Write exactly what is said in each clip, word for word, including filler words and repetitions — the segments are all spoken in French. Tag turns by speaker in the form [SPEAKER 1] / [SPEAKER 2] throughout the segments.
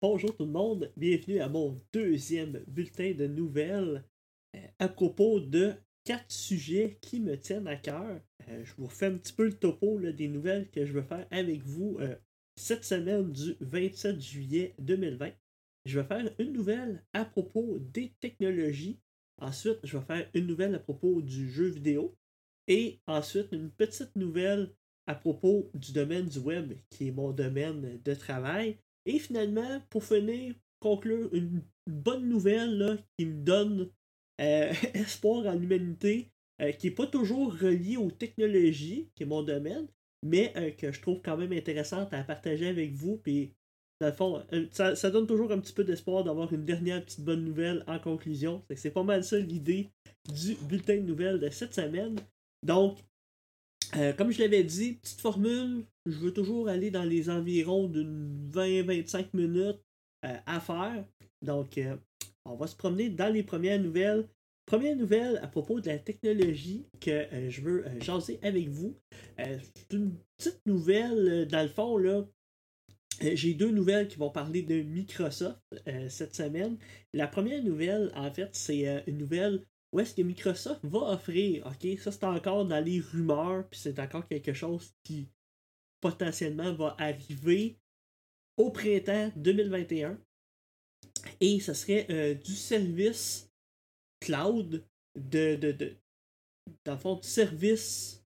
[SPEAKER 1] Bonjour tout le monde, bienvenue à mon deuxième bulletin de nouvelles euh, à propos de quatre sujets qui me tiennent à cœur. Euh, je vous refais un petit peu le topo là, des nouvelles que je veux faire avec vous euh, cette semaine du vingt-sept juillet deux mille vingt. Je vais faire une nouvelle à propos des technologies. Ensuite, je vais faire une nouvelle à propos du jeu vidéo. Et ensuite, une petite nouvelle à propos du domaine du web, qui est mon domaine de travail. Et finalement, pour finir, conclure une bonne nouvelle là, qui me donne euh, espoir en l'humanité, euh, qui n'est pas toujours reliée aux technologies, qui est mon domaine, mais euh, que je trouve quand même intéressante à partager avec vous. Puis, dans le fond, euh, ça, ça donne toujours un petit peu d'espoir d'avoir une dernière petite bonne nouvelle en conclusion. C'est, c'est pas mal ça l'idée du bulletin de nouvelles de cette semaine. Donc, euh, comme je l'avais dit, petite formule, je veux toujours aller dans les environs d'une vingt à vingt-cinq minutes euh, à faire. Donc, euh, on va se promener dans les premières nouvelles. Première nouvelle à propos de la technologie que euh, je veux euh, jaser avec vous. Euh, c'est une petite nouvelle, euh, dans le fond, là. Euh, j'ai deux nouvelles qui vont parler de Microsoft euh, cette semaine. La première nouvelle, en fait, c'est euh, une nouvelle où est-ce que Microsoft va offrir, ok, ça c'est encore dans les rumeurs, puis c'est encore quelque chose qui potentiellement va arriver au printemps deux mille vingt et un. Et ce serait euh, du service cloud, de, de, de, dans le fond, du service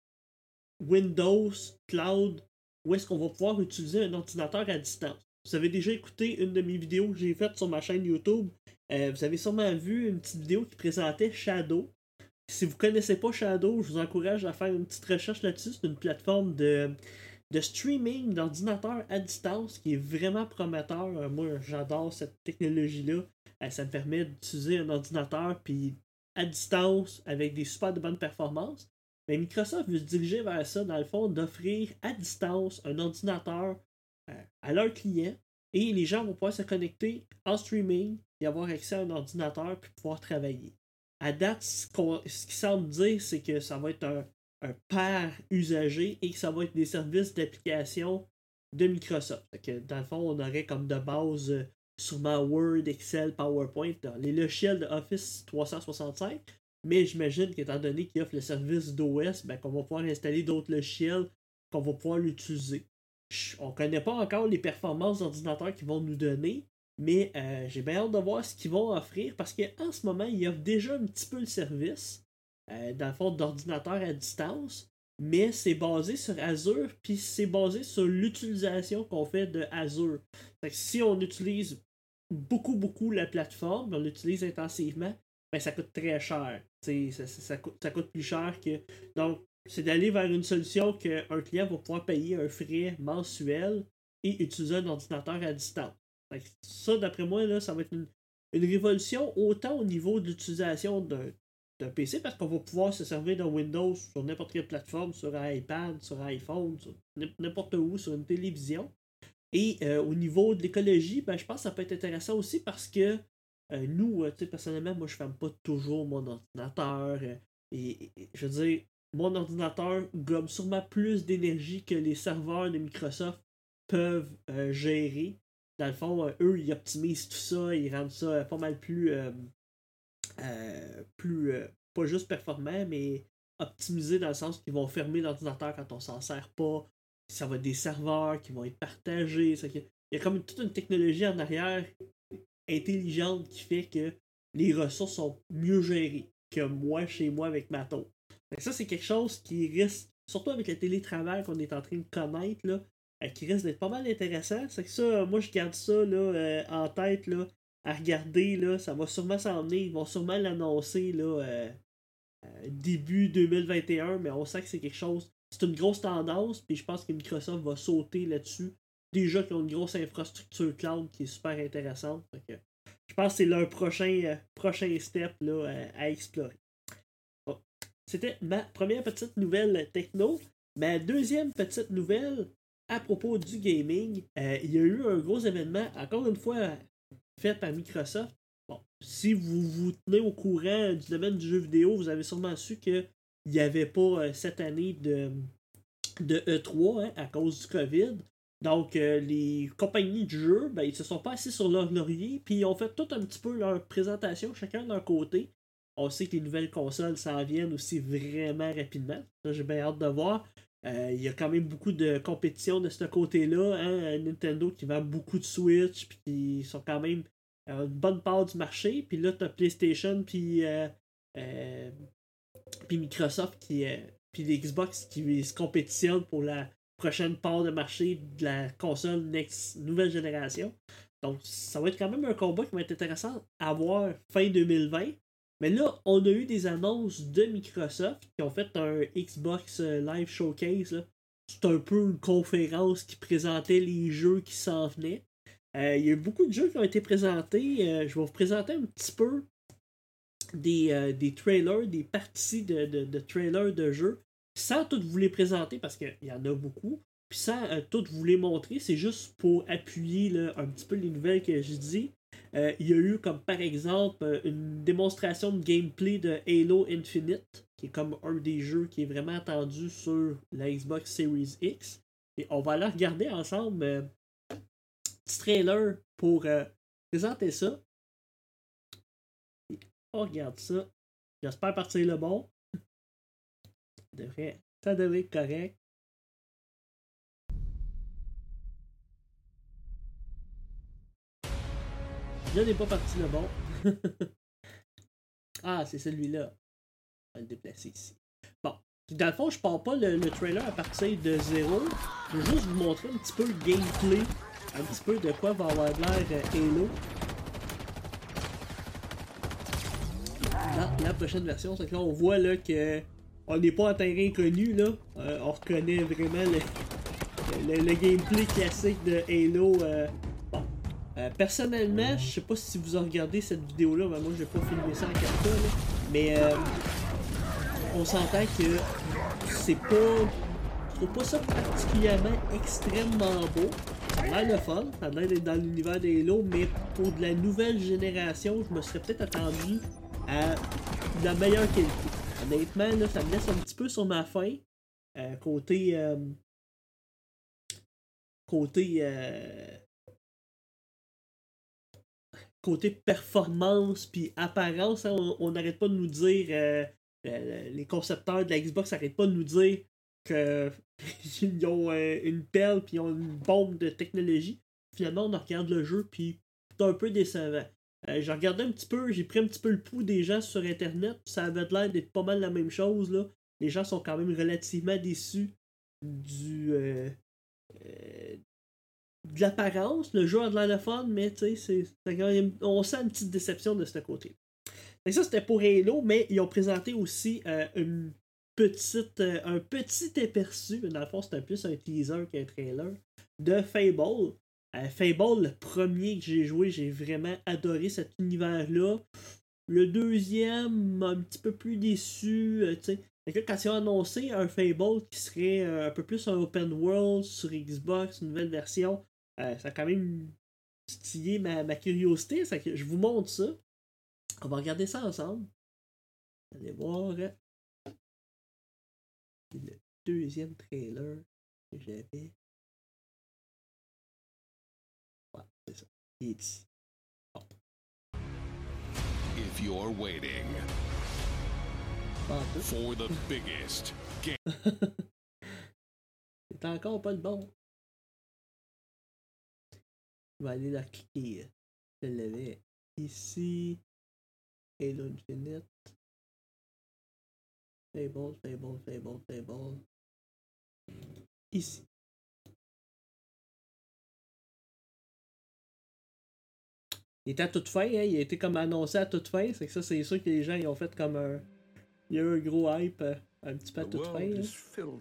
[SPEAKER 1] Windows Cloud, où est-ce qu'on va pouvoir utiliser un ordinateur à distance. Vous avez déjà écouté une de mes vidéos que j'ai faites sur ma chaîne YouTube. Euh, vous avez sûrement vu une petite vidéo qui présentait Shadow. Si vous ne connaissez pas Shadow, je vous encourage à faire une petite recherche là-dessus. C'est une plateforme de, de streaming d'ordinateur à distance qui est vraiment prometteur. Euh, moi, j'adore cette technologie-là. Euh, ça me permet d'utiliser un ordinateur puis à distance avec des super de bonnes performances. Mais Microsoft veut se diriger vers ça, dans le fond, d'offrir à distance un ordinateur euh, à leurs clients et les gens vont pouvoir se connecter en streaming et avoir accès à un ordinateur puis pouvoir travailler. À date, ce, qu'on, ce qui semble dire, c'est que ça va être un, un pair usagé et que ça va être des services d'application de Microsoft. Fait que, dans le fond, on aurait comme de base euh, sûrement Word, Excel, PowerPoint, dans les logiciels de Office trois cent soixante-cinq. Mais j'imagine qu'étant donné qu'il offre le service d'O S, ben, qu'on va pouvoir installer d'autres logiciels, qu'on va pouvoir l'utiliser. On ne connaît pas encore les performances d'ordinateur qu'ils vont nous donner, mais euh, j'ai bien hâte de voir ce qu'ils vont offrir parce qu'en ce moment, ils offrent déjà un petit peu le service, euh, dans le fond, d'ordinateur à distance, mais c'est basé sur Azure, puis c'est basé sur l'utilisation qu'on fait de Azure. Fait que si on utilise beaucoup, beaucoup la plateforme, on l'utilise intensivement, ben ça coûte très cher. Ça, ça, ça, coûte, ça coûte plus cher que. Donc, c'est d'aller vers une solution qu'un client va pouvoir payer un frais mensuel et utiliser un ordinateur à distance. Fait que ça, d'après moi, là, ça va être une, une révolution autant au niveau de l'utilisation d'un, d'un P C parce qu'on va pouvoir se servir d'un Windows sur n'importe quelle plateforme, sur un iPad, sur un iPhone, sur n'importe où, sur une télévision. Et euh, au niveau de l'écologie, ben, je pense que ça peut être intéressant aussi parce que euh, nous, euh, personnellement, moi je ne ferme pas toujours mon ordinateur. Euh, et, et, je veux dire, mon ordinateur gobe sûrement plus d'énergie que les serveurs de Microsoft peuvent euh, gérer. Dans le fond, euh, eux, ils optimisent tout ça, ils rendent ça euh, pas mal plus, euh, euh, plus euh, pas juste performant, mais optimisé dans le sens qu'ils vont fermer l'ordinateur quand on s'en sert pas. Ça va être des serveurs qui vont être partagés. Ça, il y a comme toute une technologie en arrière intelligente qui fait que les ressources sont mieux gérées que moi chez moi avec ma taupe. Ça, c'est quelque chose qui risque, surtout avec le télétravail qu'on est en train de connaître, là, qui risque d'être pas mal intéressant. C'est que ça, moi je garde ça là, euh, en tête là, à regarder. Là, ça va sûrement s'en venir. Ils vont sûrement l'annoncer là, euh, euh, début deux mille vingt et un, mais on sait que c'est quelque chose. C'est une grosse tendance, puis je pense que Microsoft va sauter là-dessus. Déjà qu'ils ont une grosse infrastructure cloud qui est super intéressante. Donc, je pense que c'est leur prochain, euh, prochain step là, euh, à explorer. Bon. C'était ma première petite nouvelle techno. Ma deuxième petite nouvelle à propos du gaming. Euh, il y a eu un gros événement, encore une fois, fait par Microsoft. Bon, si vous vous tenez au courant du domaine du jeu vidéo, vous avez sûrement su qu'il n'y avait pas euh, cette année de, de E trois hein, à cause du COVID. Donc, euh, les compagnies du jeu, ben, ils se sont pas assis sur leur laurier, puis ils ont fait tout un petit peu leur présentation, chacun de leur côté. On sait que les nouvelles consoles s'en viennent aussi vraiment rapidement. Ça, j'ai bien hâte de voir. Euh, Il y a quand même beaucoup de compétition de ce côté-là. Hein? Nintendo qui vend beaucoup de Switch, puis qui sont quand même euh, une bonne part du marché. Puis là, t'as PlayStation, puis euh, euh, puis Microsoft, qui euh, puis les Xbox qui se compétitionnent pour la prochaine part de marché de la console next, nouvelle génération. Donc, ça va être quand même un combat qui va être intéressant à voir fin deux mille vingt. Mais là, on a eu des annonces de Microsoft qui ont fait un Xbox Live Showcase. C'est un peu une conférence qui présentait les jeux qui s'en venaient. Euh, il y a eu beaucoup de jeux qui ont été présentés. Euh, je vais vous présenter un petit peu des, euh, des trailers, des parties de, de, de trailers de jeux, sans tout vous les présenter parce qu'il y en a beaucoup, puis sans euh, tout vous les montrer, c'est juste pour appuyer là, un petit peu les nouvelles que je dis. Euh, il y a eu comme par exemple une démonstration de gameplay de Halo Infinite, qui est comme un des jeux qui est vraiment attendu sur la Xbox Series X. Et on va aller regarder ensemble euh, un petit trailer pour euh, présenter ça. On regarde ça. J'espère partir le bon. Ça devrait, ça devrait être correct. Là n'est pas parti le bon. Ah, c'est celui-là. On va le déplacer ici. Bon. Dans le fond, je pars pas le, le trailer à partir de zéro. Je vais juste vous montrer un petit peu le gameplay. Un petit peu de quoi va avoir l'air Halo. Dans la prochaine version, c'est que là, on voit là que on n'est pas en terrain inconnu, là. Euh, on reconnaît vraiment le, le, le gameplay classique de Halo. Euh, bon. Euh, personnellement, je sais pas si vous avez regardé cette vidéo-là, mais moi j'ai pas filmé ça en quatre K, là, mais euh, on s'entend que c'est pas. Je trouve pas ça particulièrement extrêmement beau. Ça a l'air de fun, ça a l'air d'être dans l'univers de Halo, mais pour de la nouvelle génération, je me serais peut-être attendu à de la meilleure qualité. Honnêtement, là, ça me laisse un petit peu sur ma faim. Euh, côté. Euh, côté. Euh, côté performance puis apparence, hein, on n'arrête pas de nous dire. Euh, euh, les concepteurs de la Xbox n'arrêtent pas de nous dire qu'ils ont euh, une pelle puis ils ont une bombe de technologie. Finalement, on regarde le jeu puis c'est un peu décevant. Euh, j'ai regardé un petit peu, j'ai pris un petit peu le pouls des gens sur internet, ça avait l'air d'être pas mal la même chose là. Les gens sont quand même relativement déçus du euh, euh, de l'apparence. Le jeu a de l'air de fun, mais tu sais, c'est, c'est quand même, on sent une petite déception de ce côté. Et ça c'était pour Halo, mais ils ont présenté aussi euh, une petite, euh, un petit aperçu, mais dans le fond c'était plus un teaser qu'un trailer, de Fable. Euh, Fable, le premier que j'ai joué, j'ai vraiment adoré cet univers-là. Le deuxième, un petit peu plus déçu, euh, tu sais. Fait que quand ils ont annoncé un Fable qui serait euh, un peu plus un open world sur Xbox, une nouvelle version, euh, ça a quand même titillé ma, ma curiosité. Ça, que je vous montre ça. On va regarder ça ensemble. Allez voir le deuxième trailer que j'avais. Ouais, c'est ça. Il est ici. Bon.
[SPEAKER 2] If you're waiting for the biggest game.
[SPEAKER 1] C'est encore pas le bon. Je vais aller la cliquer. Je l'avais ici. Halo Infinite. Fable, Fable, Fable, Fable. Ici. Il était à toute fin, hein? Il a été comme annoncé à toute fin. C'est que ça, c'est sûr que les gens ils ont fait comme un. Il y a eu un gros hype euh, un petit peu à toute fin. Hein?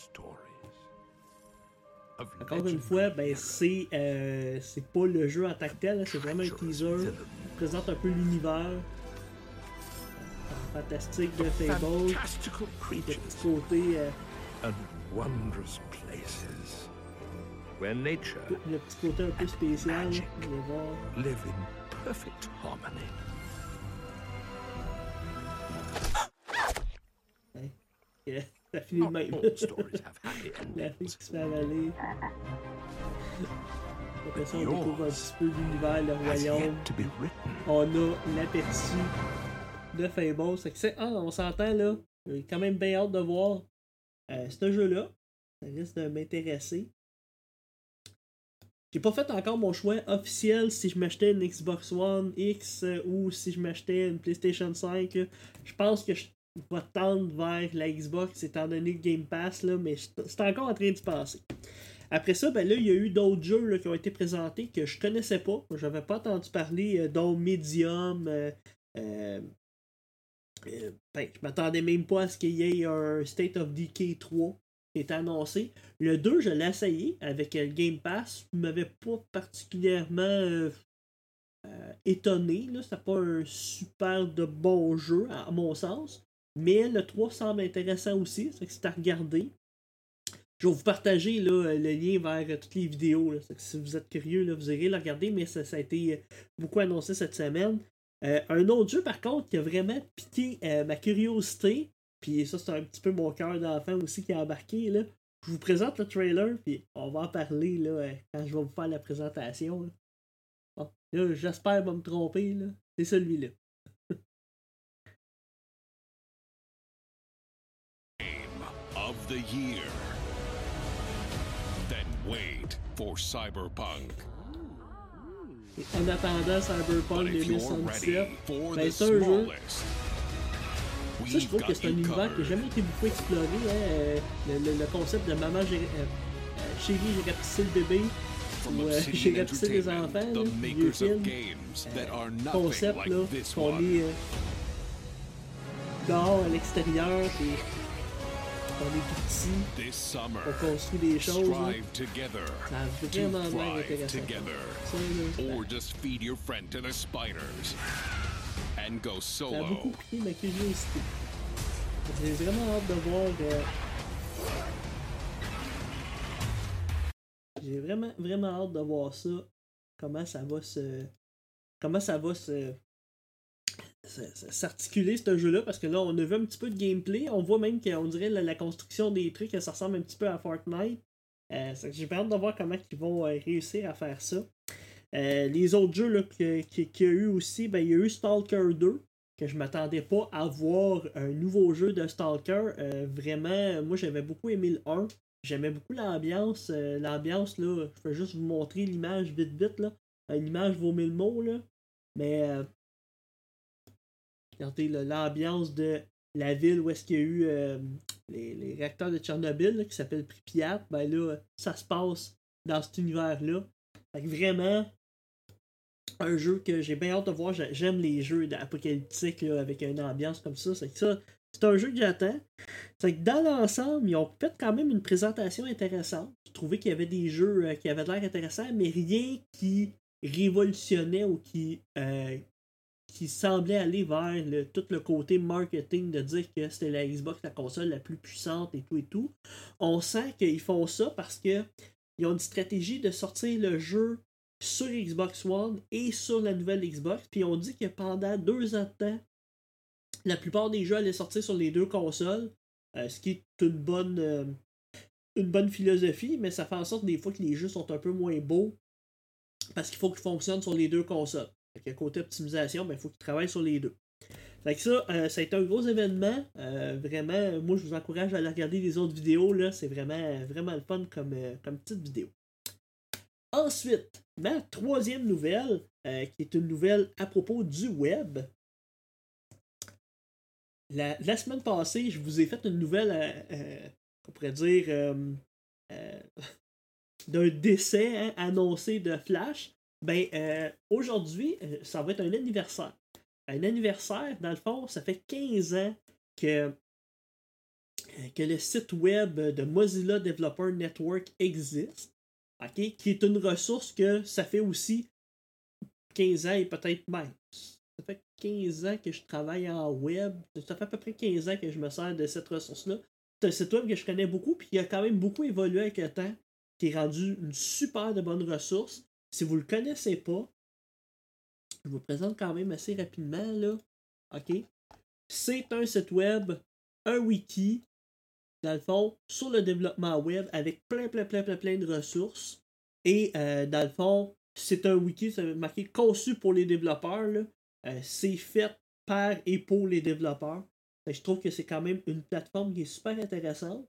[SPEAKER 1] Encore une fois, ben c'est euh, c'est pas le jeu en tant que tel, hein, c'est vraiment un teaser. Il présente un peu l'univers fantastique de Fable. Et de petit côté. Euh,
[SPEAKER 3] Where nature
[SPEAKER 1] le petit côté un peu spécial. Vous allez voir.
[SPEAKER 3] live in perfect harmony.
[SPEAKER 1] Hein? Yeah. Ça finit de
[SPEAKER 3] Not
[SPEAKER 1] même.
[SPEAKER 3] all stories have happy
[SPEAKER 1] La fille
[SPEAKER 3] endings.
[SPEAKER 1] qui se fait avaler. Après ça, on découvre un petit peu l'univers, le
[SPEAKER 3] Has
[SPEAKER 1] royaume.
[SPEAKER 3] yet to be written.
[SPEAKER 1] On a l'aperçu de Fable. C'est que c'est, ah, on s'entend là. J'ai quand même bien hâte de voir euh, ce jeu-là. Ça risque de m'intéresser. J'ai pas fait encore mon choix officiel si je m'achetais une Xbox One X euh, ou si je m'achetais une PlayStation cinq. Là. Je pense que je vais tendre vers la Xbox étant donné le Game Pass, là, mais c'est encore en train de se passer. Après ça, ben là, il y a eu d'autres jeux là, qui ont été présentés que je connaissais pas. J'avais pas entendu parler, euh, dont Medium. Euh, euh, euh, ben, je m'attendais même pas à ce qu'il y ait un State of Decay trois qui est annoncé. Le deux, je l'ai essayé avec le Game Pass. Il m'avait pas particulièrement euh, euh, étonné. Là. C'était pas un super de bon jeu, à mon sens. Mais le trois semble intéressant aussi. C'est que c'est à regarder. Je vais vous partager là, le lien vers euh, toutes les vidéos. Là. Si vous êtes curieux, là, vous irez le regarder, mais ça, ça a été beaucoup annoncé cette semaine. Euh, un autre jeu, par contre, qui a vraiment piqué euh, ma curiosité, puis ça, c'est un petit peu mon cœur d'enfant aussi qui a embarqué. Là. Je vous présente le trailer, puis on va en parler là, euh, quand je vais vous faire la présentation. Là, bon, là j'espère pas me tromper. Là. C'est celui-là.
[SPEAKER 2] Game of the year. Then wait for Cyberpunk.
[SPEAKER 1] Et en attendant Cyberpunk
[SPEAKER 2] But if
[SPEAKER 1] deux mille
[SPEAKER 2] you're ready
[SPEAKER 1] soixante-dix-sept,
[SPEAKER 2] for
[SPEAKER 1] ben,
[SPEAKER 2] the
[SPEAKER 1] c'est un jeu.
[SPEAKER 2] smallest,
[SPEAKER 1] Ça, je
[SPEAKER 2] we've
[SPEAKER 1] trouve que
[SPEAKER 2] got
[SPEAKER 1] c'est un
[SPEAKER 2] you
[SPEAKER 1] univers qui n'a
[SPEAKER 2] covered.
[SPEAKER 1] jamais été beaucoup exploré. Hein? euh, Le, le- le concept de maman, j'ai, euh, euh, chérie, j'ai rapetissé le bébé.
[SPEAKER 2] From
[SPEAKER 1] Ou euh,
[SPEAKER 2] Obsidian
[SPEAKER 1] j'ai rapetissé les enfants.
[SPEAKER 2] Entertainment,
[SPEAKER 1] Là,
[SPEAKER 2] the
[SPEAKER 1] vieux
[SPEAKER 2] makers
[SPEAKER 1] film.
[SPEAKER 2] of games that are nothing
[SPEAKER 1] Concept
[SPEAKER 2] like
[SPEAKER 1] là,
[SPEAKER 2] this
[SPEAKER 1] qu'on
[SPEAKER 2] one.
[SPEAKER 1] est euh, dehors, à l'extérieur, puis on est tout petit,
[SPEAKER 2] This summer,
[SPEAKER 1] on construit des choses. Là.
[SPEAKER 2] strive together
[SPEAKER 1] Ça a
[SPEAKER 2] to
[SPEAKER 1] vraiment l'air
[SPEAKER 2] thrive
[SPEAKER 1] intéressant.
[SPEAKER 2] together.
[SPEAKER 1] Ça, là,
[SPEAKER 2] Or just feed your friend to the spiders and go
[SPEAKER 1] ça a
[SPEAKER 2] solo.
[SPEAKER 1] beaucoup piqué ma curiosité. J'ai vraiment hâte de voir. Euh... J'ai vraiment, vraiment hâte de voir ça. Comment ça va se. Comment ça va se. se- se- s'articuler ce jeu-là. Parce que là, on a vu un petit peu de gameplay. On voit même qu'on dirait la, la construction des trucs, ça ressemble un petit peu à Fortnite. Euh, c'est que j'ai hâte de voir comment ils vont euh, réussir à faire ça. Euh, les autres jeux là, qu'il y a eu aussi, ben, il y a eu Stalker deux. Que je m'attendais pas à voir un nouveau jeu de Stalker. Euh, vraiment, moi j'avais beaucoup aimé le un. J'aimais beaucoup l'ambiance. Euh, l'ambiance, là, je vais juste vous montrer l'image vite vite. Là. Euh, l'image vaut mille mots. Là. Mais euh, regardez là, l'ambiance de la ville où est-ce qu'il y a eu euh, les, les réacteurs de Tchernobyl là, qui s'appelle Pripyat. Ben là, ça se passe dans cet univers-là. Fait que vraiment, un jeu que j'ai bien hâte de voir. J'aime les jeux apocalyptiques là, avec une ambiance comme ça. C'est que ça, c'est un jeu que j'attends. C'est que dans l'ensemble, ils ont fait quand même une présentation intéressante. Je trouvais qu'il y avait des jeux euh, qui avaient l'air intéressants, mais rien qui révolutionnait ou qui, euh, qui semblait aller vers le, tout le côté marketing de dire que c'était la Xbox, la console la plus puissante et tout et tout. On sent qu'ils font ça parce que ils ont une stratégie de sortir le jeu sur Xbox One et sur la nouvelle Xbox. Puis on dit que pendant deux ans de temps, la plupart des jeux allaient sortir sur les deux consoles. Euh, ce qui est une bonne, euh, une bonne philosophie, mais ça fait en sorte des fois que les jeux sont un peu moins beaux parce qu'il faut qu'ils fonctionnent sur les deux consoles. Fait que côté optimisation, ben, il faut qu'ils travaillent sur les deux. Fait que ça, euh, ça a été un gros événement. Euh, vraiment, moi je vous encourage à aller regarder les autres vidéos. Là. C'est vraiment, vraiment le fun comme, euh, comme petite vidéo. Ensuite, ma troisième nouvelle, euh, qui est une nouvelle à propos du web. La, la semaine passée, je vous ai fait une nouvelle, euh, euh, on pourrait dire, euh, euh, d'un décès hein, annoncé de Flash. Ben, euh, aujourd'hui, euh, ça va être un anniversaire. Un anniversaire, dans le fond, ça fait quinze ans que, que le site web de Mozilla Developer Network existe. Okay? Qui est une ressource que ça fait aussi quinze ans et peut-être même. Ça fait quinze ans que je travaille en web. Ça fait à peu près quinze ans que je me sers de cette ressource-là. C'est un site web que je connais beaucoup, puis il a quand même beaucoup évolué avec le temps, qui est rendu une super de bonne ressource. Si vous le connaissez pas, je vous présente quand même assez rapidement, là. OK? C'est un site web, un wiki, dans le fond, sur le développement web avec plein, plein, plein, plein, plein de ressources. Et euh, dans le fond, c'est un wiki, ça veut marquer conçu pour les développeurs. Là. Euh, c'est fait par et pour les développeurs. Fait que je trouve que c'est quand même une plateforme qui est super intéressante.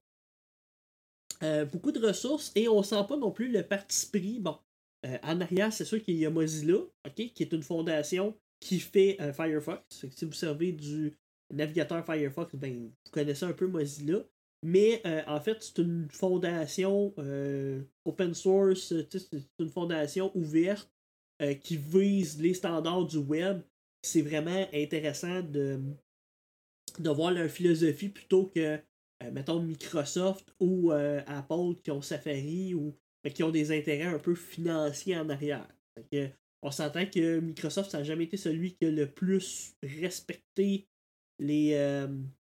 [SPEAKER 1] Euh, beaucoup de ressources et on sent pas non plus le parti pris. Bon, euh, en arrière, c'est sûr qu'il y a Mozilla, okay, qui est une fondation qui fait euh, Firefox. Fait que si vous servez du navigateur Firefox, ben, vous connaissez un peu Mozilla. Mais euh, en fait, c'est une fondation euh, open source, c'est une fondation ouverte euh, qui vise les standards du web. C'est vraiment intéressant de, de voir leur philosophie plutôt que, euh, mettons, Microsoft ou euh, Apple qui ont Safari ou mais qui ont des intérêts un peu financiers en arrière. Fait que, on s'entend que Microsoft, ça n'a jamais été celui qui a le plus respecté les, euh,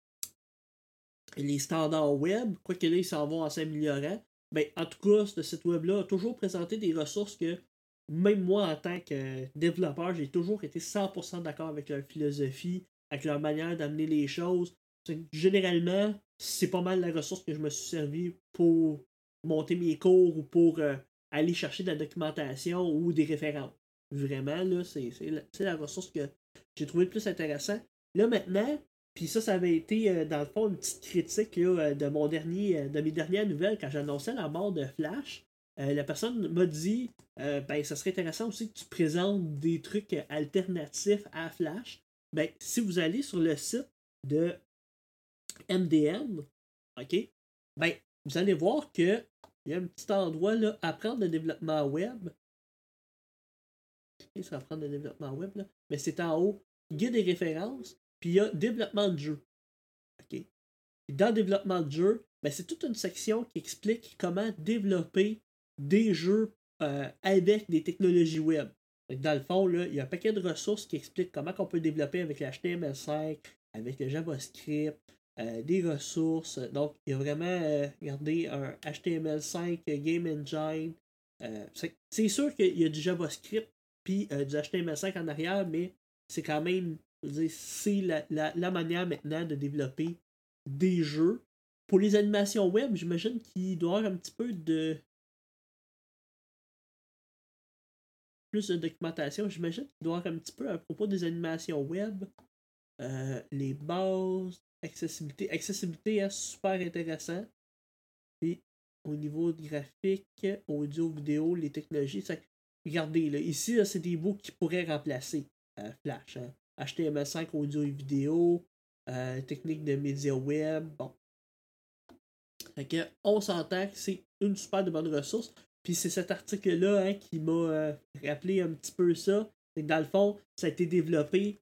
[SPEAKER 1] les standards web, quoique là, ils s'en vont en s'améliorant. Ben, en tout cas, ce site web-là a toujours présenté des ressources que, même moi, en tant que développeur, j'ai toujours été cent pour cent d'accord avec leur philosophie, avec leur manière d'amener les choses. Généralement, c'est pas mal la ressource que je me suis servi pour monter mes cours ou pour euh, aller chercher de la documentation ou des références. Vraiment, là, c'est, c'est, la, c'est la ressource que j'ai trouvé le plus intéressant. Là, maintenant, puis ça, ça avait été, euh, dans le fond, une petite critique là, de, mon dernier, euh, de mes dernières nouvelles quand j'annonçais la mort de Flash. Euh, la personne m'a dit euh, ben, ça serait intéressant aussi que tu présentes des trucs alternatifs à Flash. Ben, si vous allez sur le site de M D M, ok, ben, vous allez voir que il y a un petit endroit là, apprendre le développement web. Okay, c'est apprendre le développement web, là. Mais c'est en haut, guide et références, puis il y a développement de jeu. Ok. Dans le développement de jeu, ben, c'est toute une section qui explique comment développer des jeux euh, avec des technologies web. Dans le fond, là, il y a un paquet de ressources qui expliquent comment on peut développer avec l'H T M L cinq, avec le JavaScript, euh, des ressources. Donc, il y a vraiment, euh, regardez, un H T M L cinq Game Engine. Euh, c'est, c'est sûr qu'il y a du JavaScript puis euh, du H T M L cinq en arrière, mais c'est quand même, je veux dire, c'est la, la, la manière maintenant de développer des jeux. Pour les animations web, j'imagine qu'il doit y avoir un petit peu de plus de documentation. J'imagine qu'il doit y avoir un petit peu à propos des animations web. Euh, les bases, accessibilité. Accessibilité est super intéressant. Puis au niveau de graphique, audio, vidéo, les technologies, ça... regardez, là, ici, là, c'est des bouts qui pourraient remplacer euh, Flash. Hein. H T M L cinq, audio et vidéo, euh, technique de médias web, bon. Fait que, on s'entend que c'est une super de bonne ressource. Puis c'est cet article-là hein, qui m'a euh, rappelé un petit peu ça. C'est que dans le fond, ça a été développé.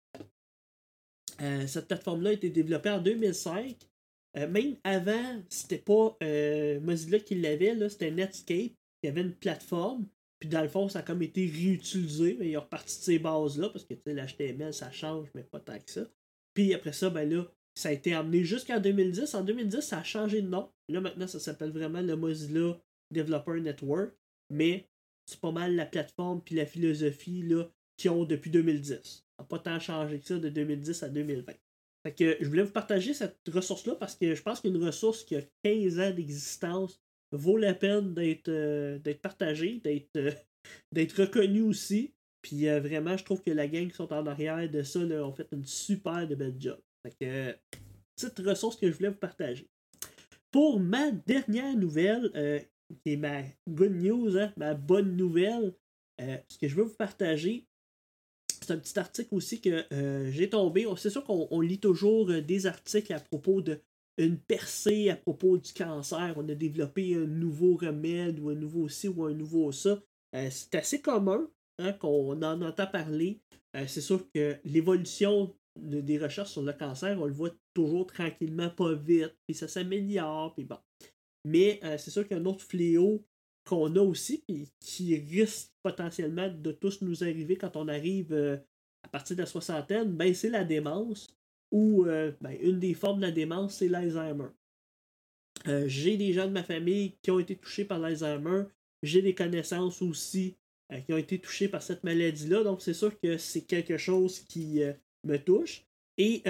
[SPEAKER 1] Euh, cette plateforme-là a été développée en deux mille cinq. Euh, même avant, c'était pas euh, Mozilla qui l'avait, là, c'était Netscape qui avait une plateforme. Puis dans le fond, ça a comme été réutilisé, mais il a reparti de ces bases-là, parce que l'H T M L, ça change, mais pas tant que ça. Puis après ça, ben là, ça a été amené jusqu'en deux mille dix. En deux mille dix, ça a changé de nom. Là, maintenant, ça s'appelle vraiment le Mozilla Developer Network. Mais c'est pas mal la plateforme puis la philosophie là, qu'ils ont depuis deux mille dix. Ça n'a pas tant changé que ça de deux mille dix à deux mille vingt. Fait que je voulais vous partager cette ressource-là parce que je pense qu'une ressource qui a quinze ans d'existence vaut la peine d'être, euh, d'être partagée, d'être, euh, d'être reconnue aussi. Puis euh, vraiment, je trouve que la gang qui sont en arrière de ça là, ont fait une super de belle job. Fait que, euh, petite ressource que je voulais vous partager. Pour ma dernière nouvelle, euh, qui est ma good news, hein, ma bonne nouvelle, euh, ce que je veux vous partager, c'est un petit article aussi que euh, j'ai tombé. C'est sûr qu'on on lit toujours euh, des articles à propos d'une percée, à propos du cancer. On a développé un nouveau remède ou un nouveau ci ou un nouveau ça. Euh, c'est assez commun hein, qu'on en entend parler. Euh, c'est sûr que l'évolution de, des recherches sur le cancer, on le voit toujours tranquillement, pas vite, puis ça s'améliore, puis bon. Mais euh, c'est sûr qu'il y a un autre fléau qu'on a aussi, puis qui risque potentiellement de tous nous arriver quand on arrive euh, à partir de la soixantaine, ben c'est la démence, ou euh, ben, une des formes de la démence, c'est l'Alzheimer. Euh, j'ai des gens de ma famille qui ont été touchés par l'Alzheimer, j'ai des connaissances aussi euh, qui ont été touchés par cette maladie-là, donc c'est sûr que c'est quelque chose qui euh, me touche. Et euh,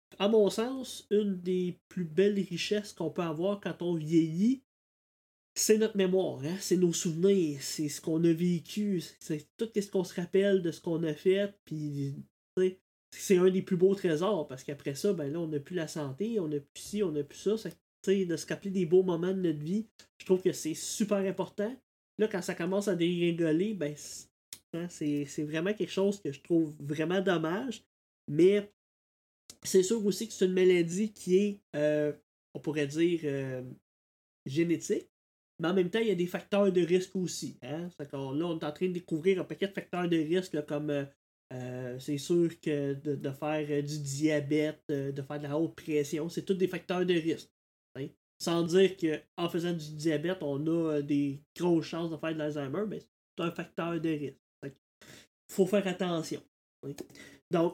[SPEAKER 1] à mon sens, une des plus belles richesses qu'on peut avoir quand on vieillit, c'est notre mémoire, hein? C'est nos souvenirs, c'est ce qu'on a vécu, c'est tout ce qu'on se rappelle de ce qu'on a fait, puis c'est un des plus beaux trésors, parce qu'après ça, ben là, on n'a plus la santé, on n'a plus ci, on n'a plus ça, ça de se rappeler des beaux moments de notre vie, je trouve que c'est super important. Là, quand ça commence à dégringoler, ben hein, c'est vraiment quelque chose que je trouve vraiment dommage, mais c'est sûr aussi que c'est une maladie qui est, euh, on pourrait dire, euh, génétique. Mais en même temps, il y a des facteurs de risque aussi. Hein? On, là, on est en train de découvrir un paquet de facteurs de risque, là, comme euh, euh, c'est sûr que de, de faire euh, du diabète, euh, de faire de la haute pression, c'est tous des facteurs de risque. Hein? Sans dire qu'en faisant du diabète, on a euh, des grosses chances de faire de l'Alzheimer, mais c'est un facteur de risque. Il faut faire attention. Hein? Donc,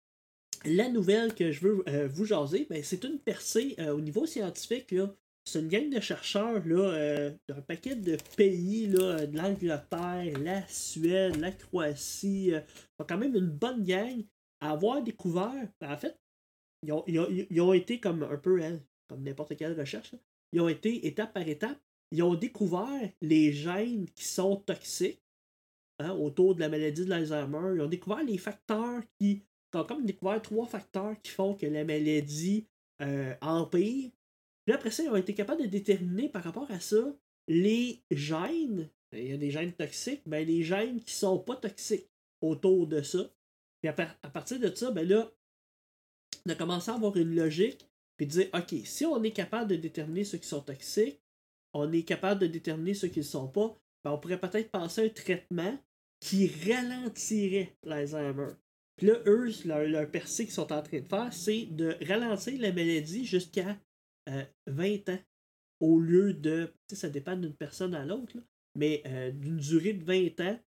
[SPEAKER 1] la nouvelle que je veux euh, vous jaser, ben, c'est une percée euh, au niveau scientifique. Là. C'est une gang de chercheurs là, euh, d'un paquet de pays, là, de l'Angleterre, la Suède, la Croatie. Euh, quand même une bonne gang à avoir découvert. Ben, en fait, ils ont, ils, ont, ils ont été comme un peu, hein, comme n'importe quelle recherche, là, ils ont été étape par étape. Ils ont découvert les gènes qui sont toxiques hein, autour de la maladie de l'Alzheimer. Ils ont découvert les facteurs qui. Ils ont comme découvert trois facteurs qui font que la maladie euh, empire. Puis après ça, ils ont été capables de déterminer par rapport à ça les gènes. Il y a des gènes toxiques, ben les gènes qui sont pas toxiques autour de ça. Puis à, par- à partir de ça, ben là, on a commencé à avoir une logique. Puis de dire, OK, si on est capable de déterminer ceux qui sont toxiques, on est capable de déterminer ceux qui ne le sont pas, ben on pourrait peut-être penser à un traitement qui ralentirait l'Alzheimer. Puis là, eux, leur, leur percée qu'ils sont en train de faire, c'est de ralentir la maladie jusqu'à euh, vingt ans. Au lieu de, tu sais, ça dépend d'une personne à l'autre, mais euh, d'une durée de vingt ans.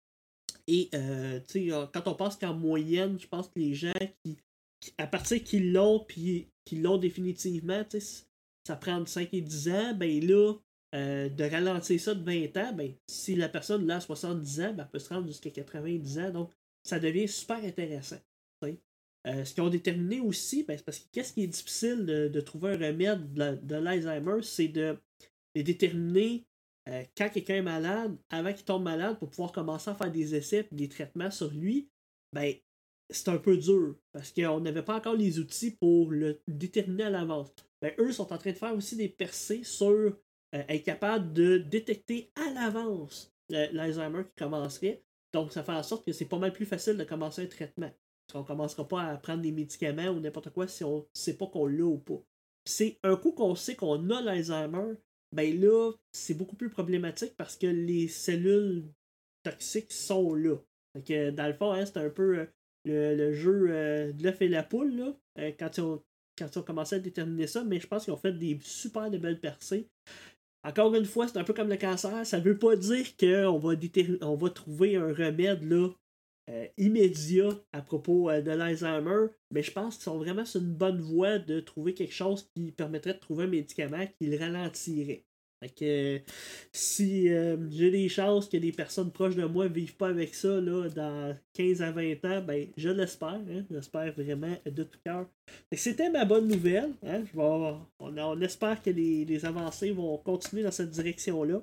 [SPEAKER 1] Et, euh, tu sais, quand on pense qu'en moyenne, je pense que les gens qui, qui à partir qu'ils l'ont, puis qu'ils l'ont définitivement, tu sais, ça prend de cinq et dix ans, ben là, euh, de ralentir ça de vingt ans, ben, si la personne là a soixante-dix ans, ben, elle peut se rendre jusqu'à quatre-vingt-dix ans. Donc, ça devient super intéressant. Euh, ce qu'ils ont déterminé aussi, ben, c'est parce que qu'est-ce qui est difficile de, de trouver un remède de, de l'Alzheimer, c'est de, de déterminer euh, quand quelqu'un est malade, avant qu'il tombe malade, pour pouvoir commencer à faire des essais et des traitements sur lui. Ben, c'est un peu dur parce qu'on n'avait pas encore les outils pour le déterminer à l'avance. Ben, eux sont en train de faire aussi des percées sur euh, être capable de détecter à l'avance l'Alzheimer qui commencerait. Donc, ça fait en sorte que c'est pas mal plus facile de commencer un traitement. On ne commencera pas à prendre des médicaments ou n'importe quoi si on ne sait pas qu'on l'a ou pas. C'est un coup qu'on sait qu'on a l'Alzheimer, ben là, c'est beaucoup plus problématique parce que les cellules toxiques sont là. Fait que, dans le fond, hein, c'est un peu euh, le, le jeu euh, de l'œuf et la poule, là, euh, quand, ils ont, quand ils ont commencé à déterminer ça, mais je pense qu'ils ont fait des super de belles percées. Encore une fois, c'est un peu comme le cancer. Ça ne veut pas dire qu'on va, déter- on va trouver un remède là, euh, immédiat à propos euh, de l'Alzheimer, mais je pense qu'ils sont vraiment sur une bonne voie de trouver quelque chose qui permettrait de trouver un médicament qui le ralentirait. Fait que euh, si euh, j'ai des chances que des personnes proches de moi ne vivent pas avec ça là, dans quinze à vingt ans, ben je l'espère. Hein, j'espère vraiment de tout cœur. C'était ma bonne nouvelle. Hein, je vais, on, on espère que les, les avancées vont continuer dans cette direction-là.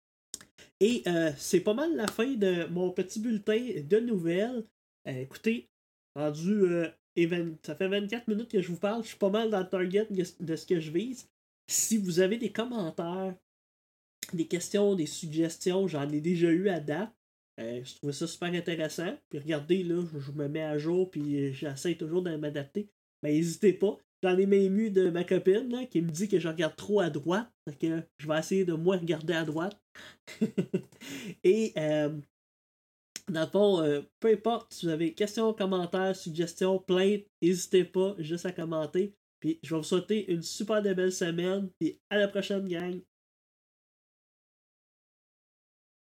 [SPEAKER 1] Et euh, c'est pas mal la fin de mon petit bulletin de nouvelles. Euh, écoutez, rendu euh, vingt, ça fait vingt-quatre minutes que je vous parle. Je suis pas mal dans le target de ce que je vise. Si vous avez des commentaires, des questions, des suggestions, j'en ai déjà eu à date. Euh, je trouvais ça super intéressant. Puis regardez, là, je, je me mets à jour, puis j'essaie toujours de m'adapter. Ben, n'hésitez pas. J'en ai même eu de ma copine là, qui me dit que je regarde trop à droite. Donc, euh, je vais essayer de moins regarder à droite. Et euh, dans le fond, euh, peu importe si vous avez questions, commentaires, suggestions, plaintes, n'hésitez pas juste à commenter. Puis je vais vous souhaiter une super de belle semaine. Puis à la prochaine, gang.